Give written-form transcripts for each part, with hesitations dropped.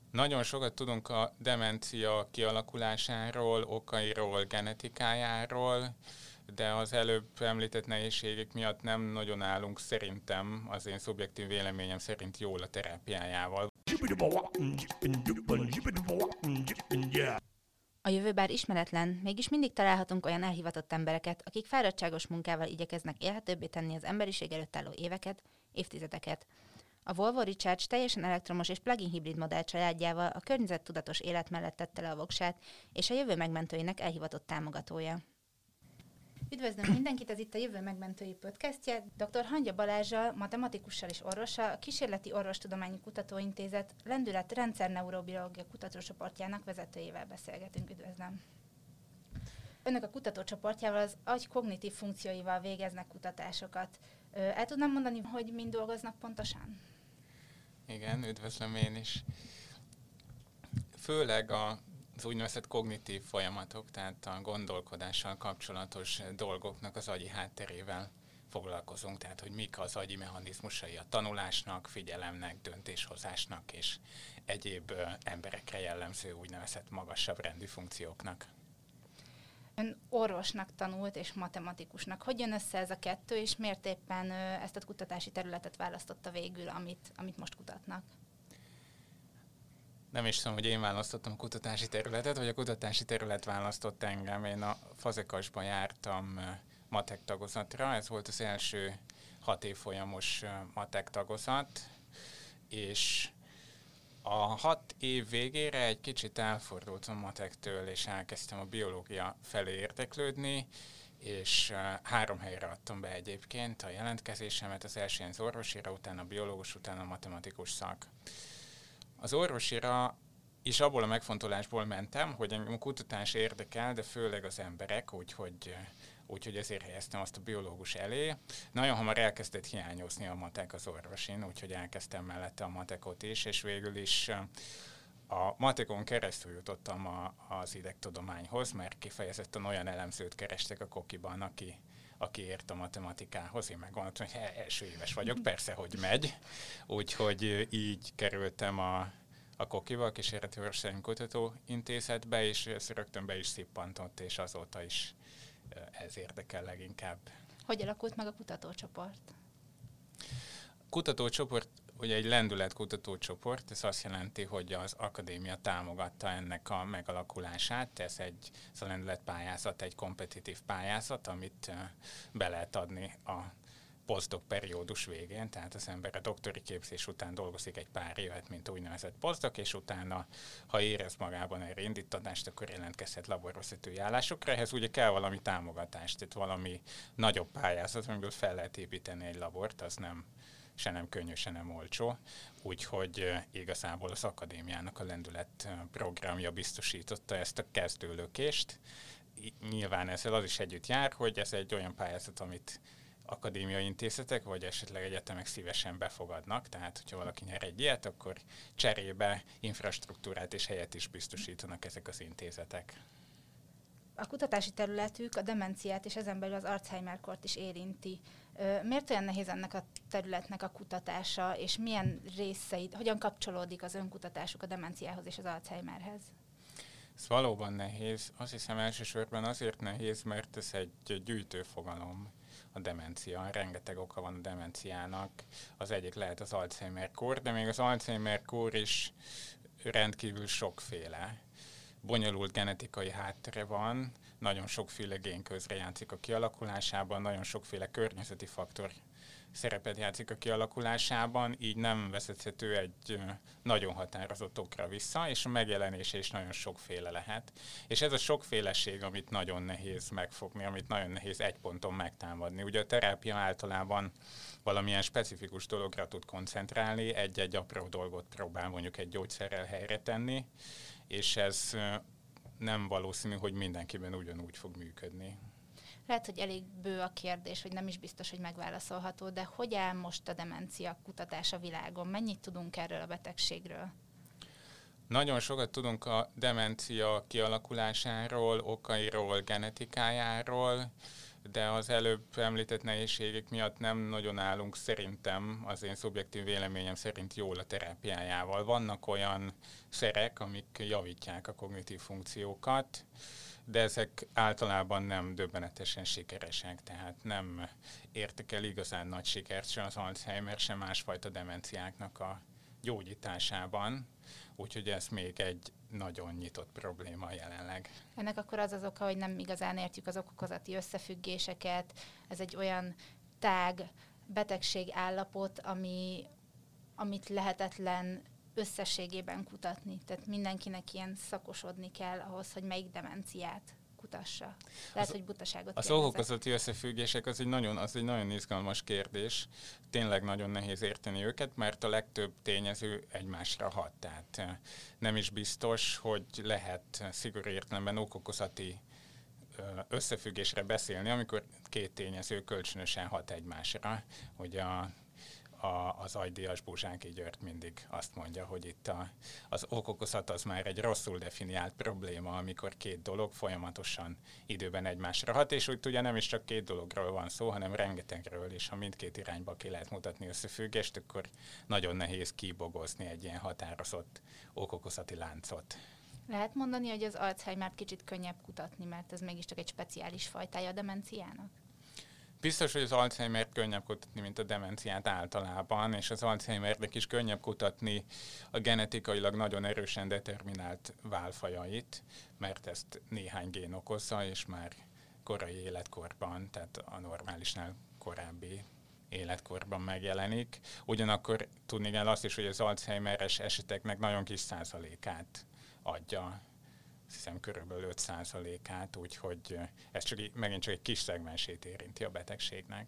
Nagyon sokat tudunk a demencia kialakulásáról, okairól, genetikájáról, de az előbb említett nehézségek miatt nem nagyon állunk szerintem, az én szubjektív véleményem szerint jól a terápiájával. A jövő bár ismeretlen, mégis mindig találhatunk olyan elhivatott embereket, akik fáradtságos munkával igyekeznek élhetőbbé tenni az emberiség előtt álló éveket, évtizedeket. A Volvo Recharge teljesen elektromos és plug-in hibrid modell családjával a környezettudatos élet mellett tette le a voksát, és a jövő megmentőinek elhivatott támogatója. Üdvözlöm mindenkit, ez itt a Jövő Megmentői podcastje. Dr. Hangya Balázsral, matematikussal és orvossal, a Kísérleti Orvostudományi Kutatóintézet Lendület Rendszerneurobiológia kutatócsoportjának vezetőjével beszélgetünk. Üdvözlöm! Önök a kutatócsoportjával az agy kognitív funkcióival végeznek kutatásokat. El tudnám mondani, hogy mind dolgoznak pontosan? Igen, üdvözlöm én is. Főleg az úgynevezett kognitív folyamatok, tehát a gondolkodással kapcsolatos dolgoknak az agyi hátterével foglalkozunk, tehát hogy mik az agyi mechanizmusai a tanulásnak, figyelemnek, döntéshozásnak és egyéb emberekre jellemző úgynevezett magasabb rendű funkcióknak. Ön orvosnak tanult és matematikusnak. Hogy jön össze ez a kettő, és miért éppen ezt a kutatási területet választotta végül, amit most kutatnak? Nem is tudom, hogy én választottam a kutatási területet, vagy a kutatási terület választott engem. Én a Fazekasban jártam matek tagozatra, ez volt az első 6 évfolyamos matek tagozat, és a 6 év végére egy kicsit elfordultam matektől, és elkezdtem a biológia felé érdeklődni, és 3 helyre adtam be egyébként a jelentkezésemet, az első az orvosira, utána a biológus, utána a matematikus szak. Az orvosira is abból a megfontolásból mentem, hogy engem a kutatás érdekel, de főleg az emberek, úgyhogy ezért helyeztem azt a biológus elé. Nagyon hamar elkezdett hiányozni a matek az orvosin, úgyhogy elkezdtem mellette a matekot is, és végül is a matekon keresztül jutottam az idegtudományhoz, mert kifejezetten olyan elemzőt kerestek a kokiban, aki ért a matematikához. Én megmondtam, hogy első éves vagyok, persze, hogy megy. Úgyhogy így kerültem a kokiba, a Kísérleti Orvostudományi Kutatóintézetbe, és ez rögtön be is szippantott, és azóta is ez érdekel leginkább. Hogy alakult meg a kutatócsoport? Kutatócsoport, ugye egy lendület kutatócsoport, ez azt jelenti, hogy az akadémia támogatta ennek a megalakulását. Ez a lendület pályázat, egy kompetitív pályázat, amit be lehet adni a posztdoc periódus végén, tehát az ember a doktori képzés után dolgozik egy pár évet, mint úgynevezett posztdoc, és utána, ha érez magában erre indítatást, akkor jelentkezhet laborvezetői állásokra. Ehhez ugye kell valami támogatás, tehát valami nagyobb pályázat, amiből fel lehet építeni egy labort, az se nem könnyű, se nem olcsó. Úgyhogy igazából az akadémiának a lendület programja biztosította ezt a kezdőlökést. Nyilván ezzel az is együtt jár, hogy ez egy olyan pályázat, amit akadémiai intézetek, vagy esetleg egyetemek szívesen befogadnak, tehát hogyha valaki nyer egy ilyet, akkor cserébe infrastruktúrát és helyet is biztosítanak ezek az intézetek. A kutatási területük a demenciát és ezen belül az Alzheimer-kort is érinti. Miért olyan nehéz ennek a területnek a kutatása, és milyen részei, hogyan kapcsolódik az önkutatásuk a demenciához és az Alzheimerhez? Ez valóban nehéz. Azt hiszem elsősorban azért nehéz, mert ez egy gyűjtő fogalom. A demencia, rengeteg oka van a demenciának. Az egyik lehet az Alzheimer-kór, de még az Alzheimer-kór is rendkívül sokféle. Bonyolult genetikai háttere van, nagyon sokféle gén közrejátszik a kialakulásában, nagyon sokféle környezeti faktor szerepet játszik a kialakulásában, így nem vezethető egy nagyon határozott okra vissza, és a megjelenése is nagyon sokféle lehet. És ez a sokféleség, amit nagyon nehéz megfogni, amit nagyon nehéz egy ponton megtámadni. Ugye a terápia általában valamilyen specifikus dologra tud koncentrálni, egy-egy apró dolgot próbál mondjuk egy gyógyszerrel helyre tenni, és ez nem valószínű, hogy mindenkiben ugyanúgy fog működni. Lehet, hogy elég bő a kérdés, hogy nem is biztos, hogy megválaszolható, de hogy áll most a demencia kutatás a világon? Mennyit tudunk erről a betegségről? Nagyon sokat tudunk a demencia kialakulásáról, okairól, genetikájáról, de az előbb említett nehézségek miatt nem nagyon állunk szerintem, az én szubjektív véleményem szerint jól a terápiájával. Vannak olyan szerek, amik javítják a kognitív funkciókat, de ezek általában nem döbbenetesen sikeresek, tehát nem értek el igazán nagy sikert sem az Alzheimer, sem másfajta demenciáknak a gyógyításában, úgyhogy ez még egy nagyon nyitott probléma jelenleg. Ennek akkor az oka, hogy nem igazán értjük az okokozati összefüggéseket, ez egy olyan tág betegségállapot, amit lehetetlen összességében kutatni. Tehát mindenkinek ilyen szakosodni kell ahhoz, hogy melyik demenciát kutassa. Lehet, hogy butaságot az okokozati összefüggések az egy nagyon izgalmas kérdés. Tényleg nagyon nehéz érteni őket, mert a legtöbb tényező egymásra hat. Tehát nem is biztos, hogy lehet szigorú értelemben okokozati összefüggésre beszélni, amikor két tényező kölcsönösen hat egymásra. Hogy az agydíjas Buzsáki György mindig azt mondja, hogy itt az okokozat az már egy rosszul definiált probléma, amikor két dolog folyamatosan időben egymásra hat, és úgy ugye nem is csak két dologról van szó, hanem rengetegről, és ha mindkét irányba ki lehet mutatni összefüggést, akkor nagyon nehéz kibogozni egy ilyen határozott okokozati láncot. Lehet mondani, hogy az Alzheimer kicsit könnyebb kutatni, mert ez mégiscsak egy speciális fajtája a demenciának? Biztos, hogy az Alzheimer könnyebb kutatni, mint a demenciát általában, és az Alzheimernek is könnyebb kutatni a genetikailag nagyon erősen determinált válfajait, mert ezt néhány gén okozza, és már korai életkorban, tehát a normálisnál korábbi életkorban megjelenik. Ugyanakkor tudni kell azt is, hogy az Alzheimer-es eseteknek nagyon kis százalékát adja, azt hiszem körülbelül 5%-át, úgyhogy ez megint csak egy kis szegmensét érinti a betegségnek.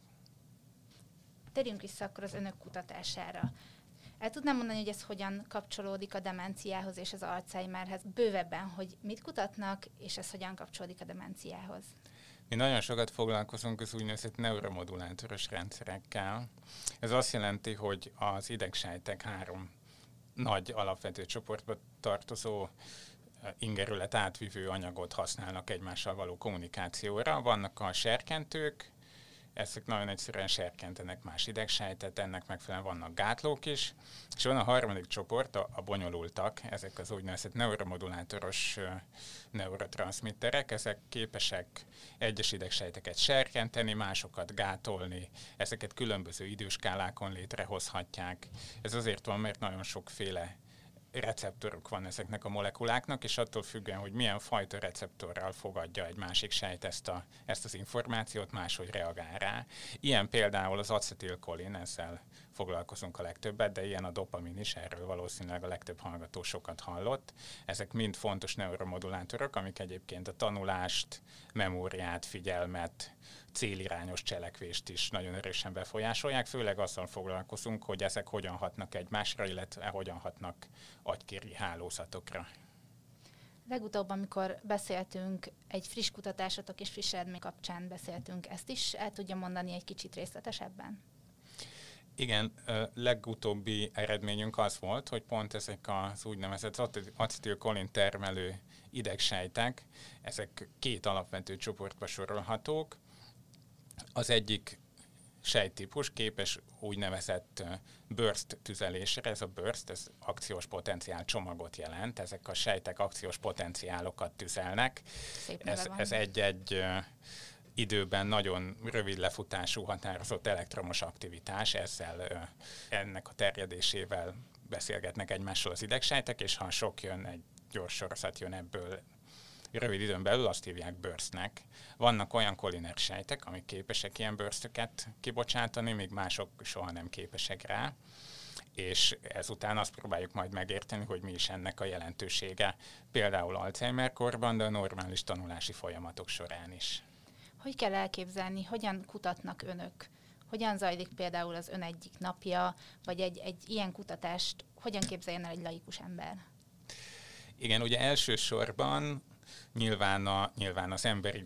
Térjünk vissza akkor az önök kutatására. El tudnám mondani, hogy ez hogyan kapcsolódik a demenciához és az Alzheimerhez bővebben, hogy mit kutatnak, és ez hogyan kapcsolódik a demenciához? Mi nagyon sokat foglalkozunk az úgynevezett neuromodulátoros rendszerekkel. Ez azt jelenti, hogy az idegsejtek 3 nagy alapvető csoportba tartozó ingerület átvívő anyagot használnak egymással való kommunikációra. Vannak a serkentők, ezek nagyon egyszerűen serkentenek más idegsejtet, ennek megfelelően vannak gátlók is, és van a harmadik csoport, a bonyolultak, ezek az úgynevezett neuromodulátoros neurotranszmitterek, ezek képesek egyes idegsejteket serkenteni, másokat gátolni, ezeket különböző időskálákon létrehozhatják. Ez azért van, mert nagyon sokféle receptorok van ezeknek a molekuláknak, és attól függően, hogy milyen fajta receptorral fogadja egy másik sejt ezt az információt, máshogy reagál rá. Ilyen például az acetilkolin, ezzel foglalkozunk a legtöbbet, de ilyen a dopamin is, erről valószínűleg a legtöbb hallgató sokat hallott. Ezek mind fontos neuromodulátorok, amik egyébként a tanulást, memóriát, figyelmet, célirányos cselekvést is nagyon erősen befolyásolják, főleg azzal foglalkozunk, hogy ezek hogyan hatnak egymásra, illetve hogyan hatnak agykéri hálózatokra. Legutóbb, amikor beszéltünk, egy friss kutatásotok és friss eredmény kapcsán beszéltünk, ezt is el tudja mondani egy kicsit részletesebben? Igen, legutóbbi eredményünk az volt, hogy pont ezek az úgynevezett acetilkolin termelő idegsejtek, ezek 2 alapvető csoportba sorolhatók. Az egyik sejttípus képes úgynevezett burst tüzelésre, ez a burst, ez akciós potenciál csomagot jelent, ezek a sejtek akciós potenciálokat tüzelnek. Ez egy-egy időben nagyon rövid lefutású határozott elektromos aktivitás, ezzel ennek a terjedésével beszélgetnek egymással az idegsejtek, és ha sok jön, egy gyors sorozat jön ebből rövid időn belül, azt hívják burstnek. Vannak olyan koliner sejtek, amik képesek ilyen burstöket kibocsátani, míg mások soha nem képesek rá, és ezután azt próbáljuk majd megérteni, hogy mi is ennek a jelentősége, például Alzheimer-korban, de a normális tanulási folyamatok során is. Hogy kell elképzelni, hogyan kutatnak önök? Hogyan zajlik például az ön egyik napja, vagy egy ilyen kutatást hogyan képzeljen el egy laikus ember? Igen, ugye elsősorban nyilván az emberi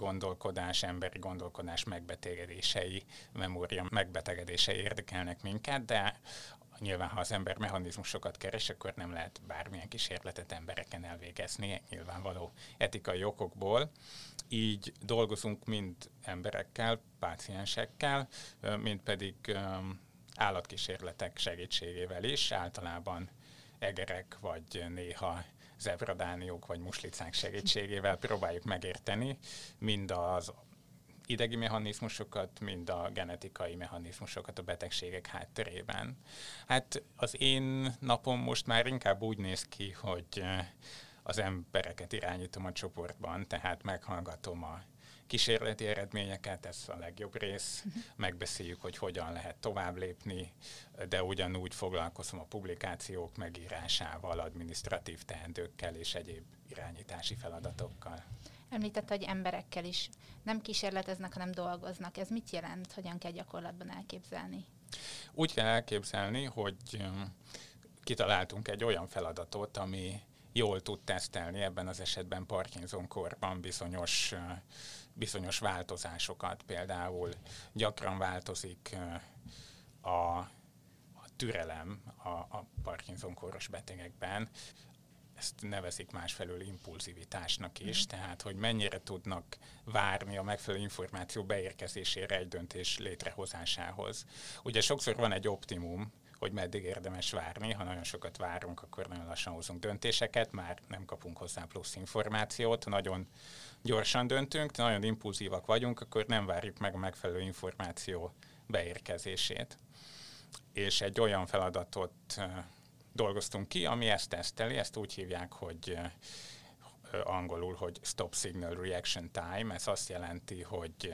gondolkodás megbetegedései, memória megbetegedései érdekelnek minket, de nyilván, ha az ember mechanizmusokat keres, akkor nem lehet bármilyen kísérletet embereken elvégezni, nyilvánvaló etikai okokból. Így dolgozunk mind emberekkel, páciensekkel, mind pedig állatkísérletek segítségével is, általában egerek, vagy néha zebradániók, vagy muslicák segítségével próbáljuk megérteni mind az idegi mechanizmusokat, mind a genetikai mechanizmusokat a betegségek hátterében. Hát az én napom most már inkább úgy néz ki, hogy az embereket irányítom a csoportban, tehát meghallgatom a kísérleti eredményeket, ez a legjobb rész, megbeszéljük, hogy hogyan lehet tovább lépni, de ugyanúgy foglalkozom a publikációk megírásával, adminisztratív teendőkkel és egyéb irányítási feladatokkal. Említette, hogy emberekkel is nem kísérleteznek, hanem dolgoznak. Ez mit jelent? Hogyan kell gyakorlatban elképzelni? Úgy kell elképzelni, hogy kitaláltunk egy olyan feladatot, ami jól tud tesztelni ebben az esetben Parkinson-korban bizonyos változásokat. Például gyakran változik a türelem a Parkinson-koros betegekben. Ezt nevezik másfelől impulzivitásnak is, tehát hogy mennyire tudnak várni a megfelelő információ beérkezésére egy döntés létrehozásához. Ugye sokszor van egy optimum, hogy meddig érdemes várni, ha nagyon sokat várunk, akkor nagyon lassan hozunk döntéseket, már nem kapunk hozzá plusz információt, ha nagyon gyorsan döntünk, de nagyon impulzívak vagyunk, akkor nem várjuk meg a megfelelő információ beérkezését. És egy olyan feladatot dolgoztunk ki, ami ezt teszteli, ezt úgy hívják, hogy angolul, hogy Stop Signal Reaction Time, ez azt jelenti, hogy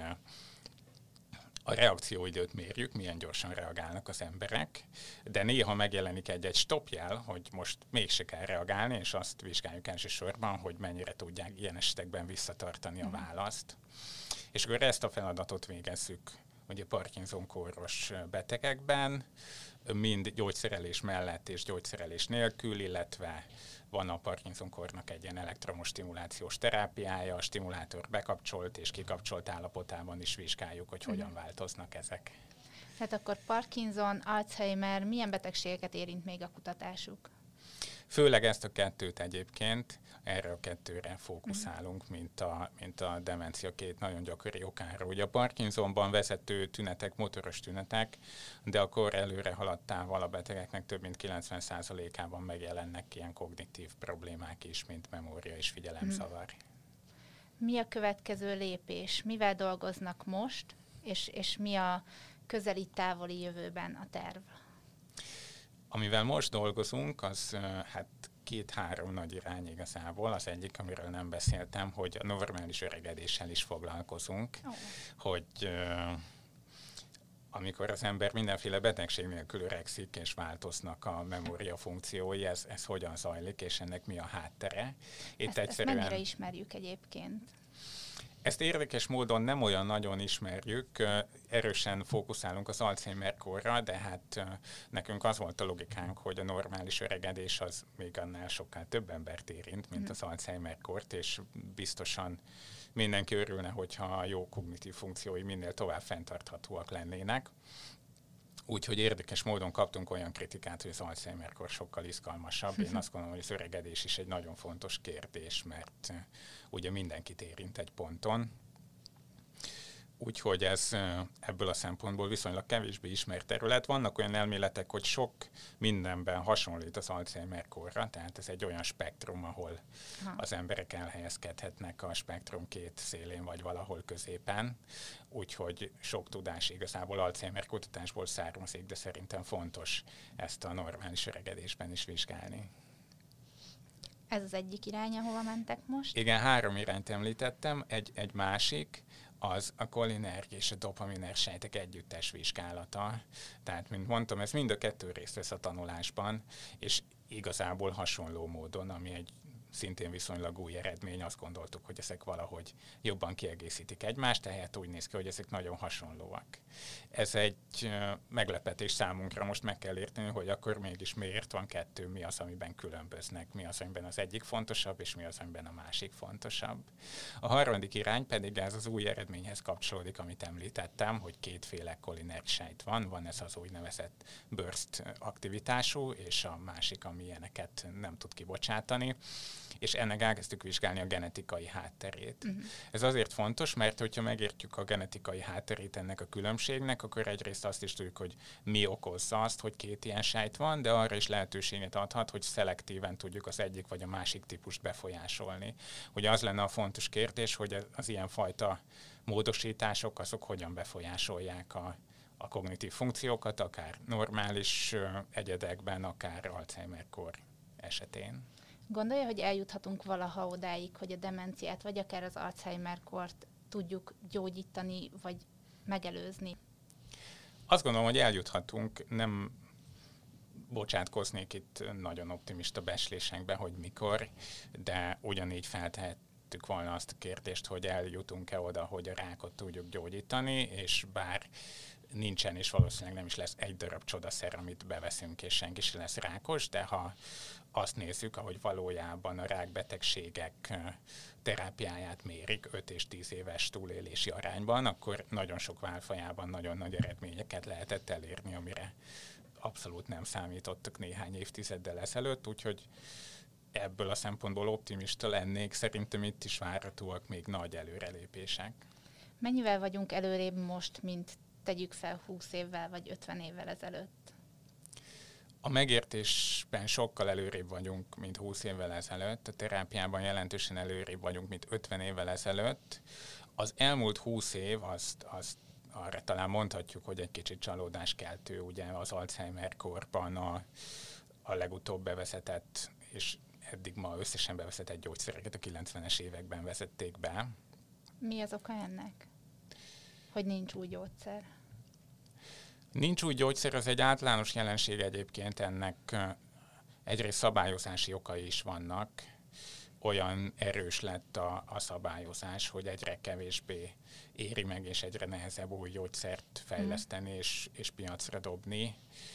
a reakcióidőt mérjük, milyen gyorsan reagálnak az emberek, de néha megjelenik egy stopjel, hogy most mégse kell reagálni, és azt vizsgáljuk elsősorban, hogy mennyire tudják ilyen esetekben visszatartani a választ. És akkor ezt a feladatot végezzük ugye Parkinson-kóros betegekben, mind gyógyszerelés mellett és gyógyszerelés nélkül, illetve van a Parkinson-kornak egy ilyen elektromos stimulációs terápiája, a stimulátor bekapcsolt és kikapcsolt állapotában is vizsgáljuk, hogy hogyan változnak ezek. Hát akkor Parkinson, Alzheimer, milyen betegségeket érint még a kutatásuk? Főleg ezt a kettőt egyébként, erre a kettőre fókuszálunk, mint a demencia két nagyon gyakori okára. Ugye a Parkinsonban vezető tünetek, motoros tünetek, de a kor előre haladtával a betegeknek több mint 90%-ában megjelennek ilyen kognitív problémák is, mint memória és figyelemzavar. Mi a következő lépés? Mivel dolgoznak most, és mi a közeli távoli jövőben a terv? Amivel most dolgozunk, az hát 2-3 nagy irány igazából. Az egyik, amiről nem beszéltem, hogy a normális öregedéssel is foglalkozunk, hogy amikor az ember mindenféle betegség nélkül öregszik, és változnak a memória funkciói, ez hogyan zajlik, és ennek mi a háttere. Ezt mennyire ismerjük egyébként? Ezt érdekes módon nem olyan nagyon ismerjük, erősen fókuszálunk az Alzheimer-korra, de hát nekünk az volt a logikánk, hogy a normális öregedés az még annál sokkal több embert érint, mint az Alzheimer-kort, és biztosan mindenki örülne, hogyha a jó kognitív funkciói minél tovább fenntarthatóak lennének. Úgyhogy érdekes módon kaptunk olyan kritikát, hogy az Alzheimer-kor sokkal izgalmasabb. Én azt gondolom, hogy az öregedés is egy nagyon fontos kérdés, mert ugye mindenkit érint egy ponton. Úgyhogy ez ebből a szempontból viszonylag kevésbé ismert terület. Vannak olyan elméletek, hogy sok mindenben hasonlít az Alzheimer-korra, tehát ez egy olyan spektrum, ahol az emberek elhelyezkedhetnek a spektrum két szélén, vagy valahol középen. Úgyhogy sok tudás igazából Alzheimer kutatásból származik, de szerintem fontos ezt a normális öregedésben is vizsgálni. Ez az egyik irány, ahova mentek most? Igen, 3 irányt említettem, egy másik, az a kolinerg és a dopaminer sejtek együttes vizsgálata. Tehát, mint mondtam, ez mind a kettő részt vesz a tanulásban, és igazából hasonló módon, ami egy szintén viszonylag új eredmény, azt gondoltuk, hogy ezek valahogy jobban kiegészítik egymást, tehát úgy néz ki, hogy ezek nagyon hasonlóak. Ez egy meglepetés számunkra, most meg kell érteni, hogy akkor mégis miért van kettő, mi az, amiben különböznek, mi az, amiben az egyik fontosabb, és mi az, amiben a másik fontosabb. A harmadik irány pedig ez az új eredményhez kapcsolódik, amit említettem, hogy kétféle cholinerg sejt van ez az úgynevezett burst aktivitású, és a másik, ami ilyeneket nem tud kibocsátani, és ennek elkezdtük vizsgálni a genetikai hátterét. Ez azért fontos, mert hogyha megértjük a genetikai hátterét ennek a különbségnek, akkor egyrészt azt is tudjuk, hogy mi okozza azt, hogy két ilyen sejt van, de arra is lehetőséget adhat, hogy szelektíven tudjuk az egyik vagy a másik típust befolyásolni. Ugye az lenne a fontos kérdés, hogy az ilyenfajta módosítások azok hogyan befolyásolják a kognitív funkciókat, akár normális egyedekben, akár Alzheimer-kór esetén. Gondolja, hogy eljuthatunk valaha odáig, hogy a demenciát, vagy akár az Alzheimer-kort tudjuk gyógyítani, vagy megelőzni? Azt gondolom, hogy eljuthatunk, nem bocsátkoznék itt nagyon optimista becslésekbe, hogy mikor, de ugyanígy feltehettük volna azt a kérdést, hogy eljutunk-e oda, hogy a rákot tudjuk gyógyítani, és bár nincsen, és valószínűleg nem is lesz egy darab csodaszer, amit beveszünk, és senki sem lesz rákos, de ha azt nézzük, ahogy valójában a rákbetegségek terápiáját mérik 5 és 10 éves túlélési arányban, akkor nagyon sok válfajában nagyon nagy eredményeket lehetett elérni, amire abszolút nem számítottak néhány évtizeddel ezelőtt, úgyhogy ebből a szempontból optimista lennék, szerintem itt is várhatóak még nagy előrelépések. Mennyivel vagyunk előrébb most, mint tegyük fel 20 évvel vagy 50 évvel ezelőtt? A megértésben sokkal előrébb vagyunk, mint 20 évvel ezelőtt, a terápiában jelentősen előrébb vagyunk, mint 50 évvel ezelőtt. Az elmúlt 20 év, azt arra talán mondhatjuk, hogy egy kicsit csalódáskeltő, ugye az Alzheimer-korban a legutóbb bevezetett, és eddig ma összesen bevezetett gyógyszereket a 90-es években vezették be. Mi az oka ennek? Hogy nincs új gyógyszer? Nincs új gyógyszer, az egy általános jelenség egyébként, ennek egyrészt szabályozási okai is vannak. Olyan erős lett a szabályozás, hogy egyre kevésbé éri meg, és egyre nehezebb új gyógyszert fejleszteni és piacra dobni.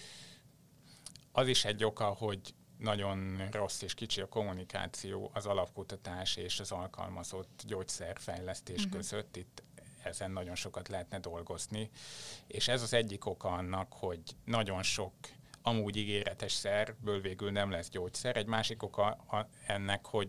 Az is egy oka, hogy nagyon rossz és kicsi a kommunikáció az alapkutatás és az alkalmazott gyógyszerfejlesztés között. Itt ezen nagyon sokat lehetne dolgozni. És ez az egyik oka annak, hogy nagyon sok amúgy ígéretes szerből végül nem lesz gyógyszer. Egy másik oka ennek, hogy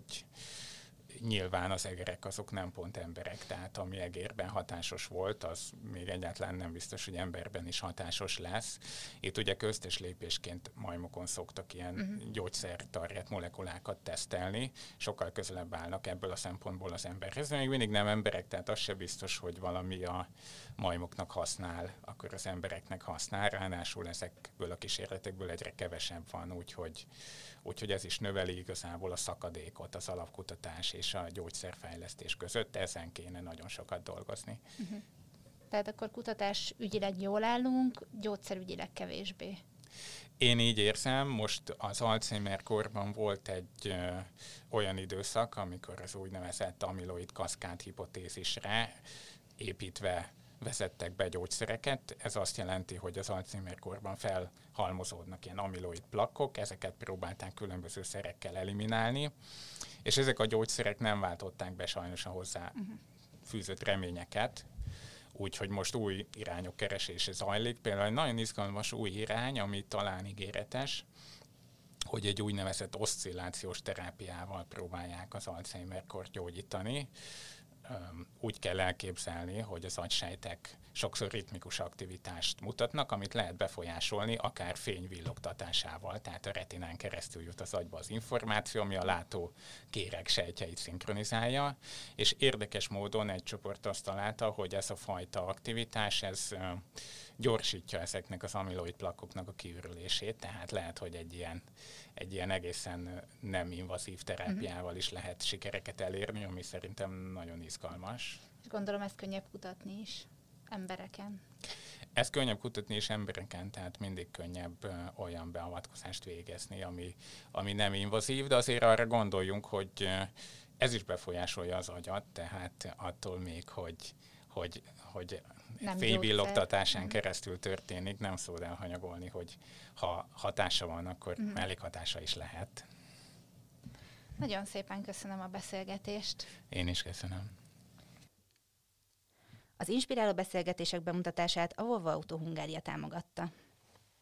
nyilván az egerek azok nem pont emberek, tehát ami egérben hatásos volt, az még egyáltalán nem biztos, hogy emberben is hatásos lesz. Itt ugye köztes lépésként majmokon szoktak ilyen gyógyszertarját, molekulákat tesztelni, sokkal közelebb állnak ebből a szempontból az emberhez, de még mindig nem emberek, tehát az se biztos, hogy valami a majmoknak használ, akkor az embereknek használ, ráadásul ezekből a kísérletekből egyre kevesebb van, úgyhogy ez is növeli igazából a szakadékot az alapkutatás és a gyógyszerfejlesztés között, ezen kéne nagyon sokat dolgozni. Tehát akkor kutatás ügyileg jól állunk, gyógyszerügyileg kevésbé. Én így érzem, most az Alzheimer-korban volt egy olyan időszak, amikor az úgynevezett amiloid kaszkád hipotézisre építve vezettek be gyógyszereket. Ez azt jelenti, hogy az Alzheimer-korban felhalmozódnak ilyen amiloid plakkok, ezeket próbálták különböző szerekkel eliminálni, és ezek a gyógyszerek nem váltották be sajnos a hozzá fűzött reményeket, úgyhogy most új irányok keresése zajlik. Például egy nagyon izgalmas új irány, ami talán ígéretes, hogy egy úgynevezett oszcillációs terápiával próbálják az Alzheimer-kort gyógyítani. Úgy kell elképzelni, hogy az agysejtek sokszor ritmikus aktivitást mutatnak, amit lehet befolyásolni, akár fényvillogtatásával, tehát a retinán keresztül jut az agyba az információ, ami a látó kéreg sejtjeit szinkronizálja, és érdekes módon egy csoport azt találta, hogy ez a fajta aktivitás, ez gyorsítja ezeknek az amiloid plakkoknak a kiürülését, tehát lehet, hogy egy ilyen egészen nem invazív terápiával is lehet sikereket elérni, ami szerintem nagyon izgalmas. És gondolom ezt könnyebb kutatni is embereken. Ez könnyebb kutatni is embereken, tehát mindig könnyebb olyan beavatkozást végezni, ami nem invazív, de azért arra gondoljunk, hogy ez is befolyásolja az agyat, tehát attól még, hogy fényvillogtatásán keresztül történik, nem szabad elhanyagolni, hogy ha hatása van, akkor mellékhatása is lehet. Nagyon szépen köszönöm a beszélgetést. Én is köszönöm. Az inspiráló beszélgetések bemutatását a Volvo Autó Hungária támogatta.